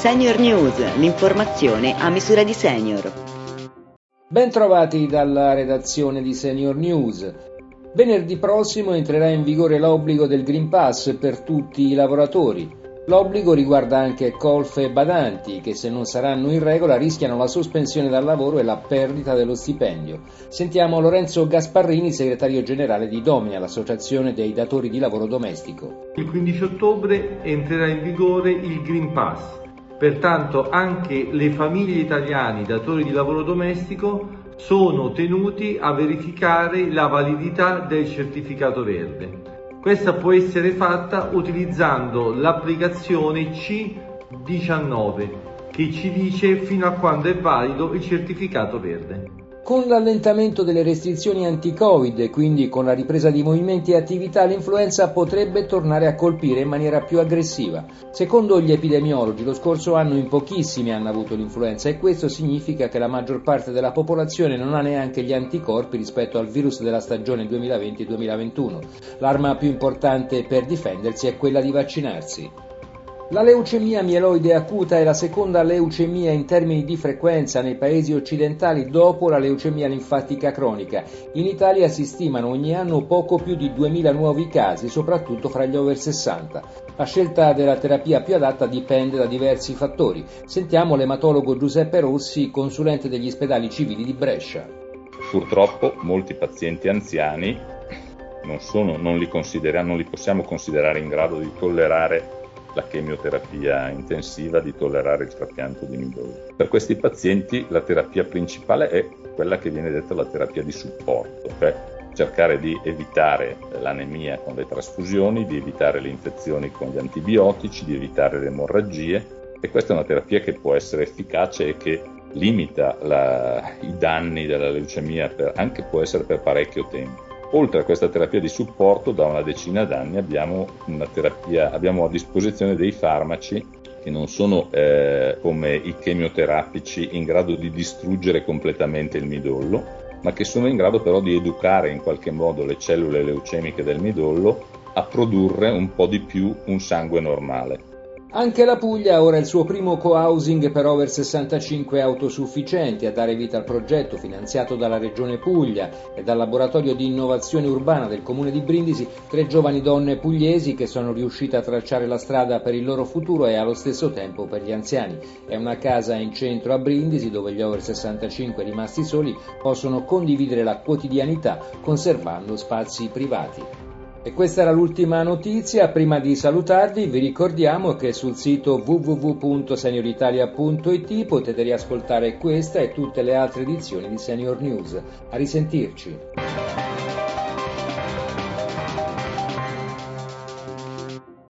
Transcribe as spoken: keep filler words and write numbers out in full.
Senior News, l'informazione a misura di senior. Bentrovati dalla redazione di Senior News. Venerdì prossimo entrerà in vigore l'obbligo del Green Pass per tutti i lavoratori. L'obbligo riguarda anche colf e badanti che, se non saranno in regola, rischiano la sospensione dal lavoro e la perdita dello stipendio. Sentiamo Lorenzo Gasparrini, segretario generale di Domina, l'associazione dei datori di lavoro domestico. Il quindici ottobre entrerà in vigore il Green Pass, pertanto anche le famiglie italiane datori di lavoro domestico sono tenuti a verificare la validità del certificato verde. Questa può essere fatta utilizzando l'applicazione C diciannove che ci dice fino a quando è valido il certificato verde. Con l'allentamento delle restrizioni anti-Covid e quindi con la ripresa di movimenti e attività, l'influenza potrebbe tornare a colpire in maniera più aggressiva. Secondo gli epidemiologi, lo scorso anno in pochissimi hanno avuto l'influenza e questo significa che la maggior parte della popolazione non ha neanche gli anticorpi rispetto al virus della stagione duemilaventi duemilaventuno. L'arma più importante per difendersi è quella di vaccinarsi. La leucemia mieloide acuta è la seconda leucemia in termini di frequenza nei paesi occidentali dopo la leucemia linfatica cronica. In Italia si stimano ogni anno poco più di duemila nuovi casi, soprattutto fra gli over sessanta. La scelta della terapia più adatta dipende da diversi fattori. Sentiamo l'ematologo Giuseppe Rossi, consulente degli ospedali civili di Brescia. Purtroppo molti pazienti anziani non, sono, non, li consideriamo, non li possiamo considerare in grado di tollerare la chemioterapia intensiva, di tollerare il trapianto di midollo. Per questi pazienti la terapia principale è quella che viene detta la terapia di supporto, cioè cercare di evitare l'anemia con le trasfusioni, di evitare le infezioni con gli antibiotici, di evitare le emorragie, e questa è una terapia che può essere efficace e che limita la, i danni della leucemia, per, anche può essere per parecchio tempo. Oltre a questa terapia di supporto, da una decina d'anni abbiamo una terapia, abbiamo a disposizione dei farmaci che non sono eh, come i chemioterapici in grado di distruggere completamente il midollo, ma che sono in grado però di educare in qualche modo le cellule leucemiche del midollo a produrre un po' di più un sangue normale. Anche la Puglia ha ora il suo primo co-housing per over sessantacinque autosufficienti. A dare vita al progetto, finanziato dalla Regione Puglia e dal Laboratorio di Innovazione Urbana del Comune di Brindisi, tre giovani donne pugliesi che sono riuscite a tracciare la strada per il loro futuro e allo stesso tempo per gli anziani. È una casa in centro a Brindisi dove gli over sessantacinque rimasti soli possono condividere la quotidianità conservando spazi privati. E questa era l'ultima notizia. Prima di salutarvi vi ricordiamo che sul sito w w w punto senior italia punto i t potete riascoltare questa e tutte le altre edizioni di Senior News. A risentirci.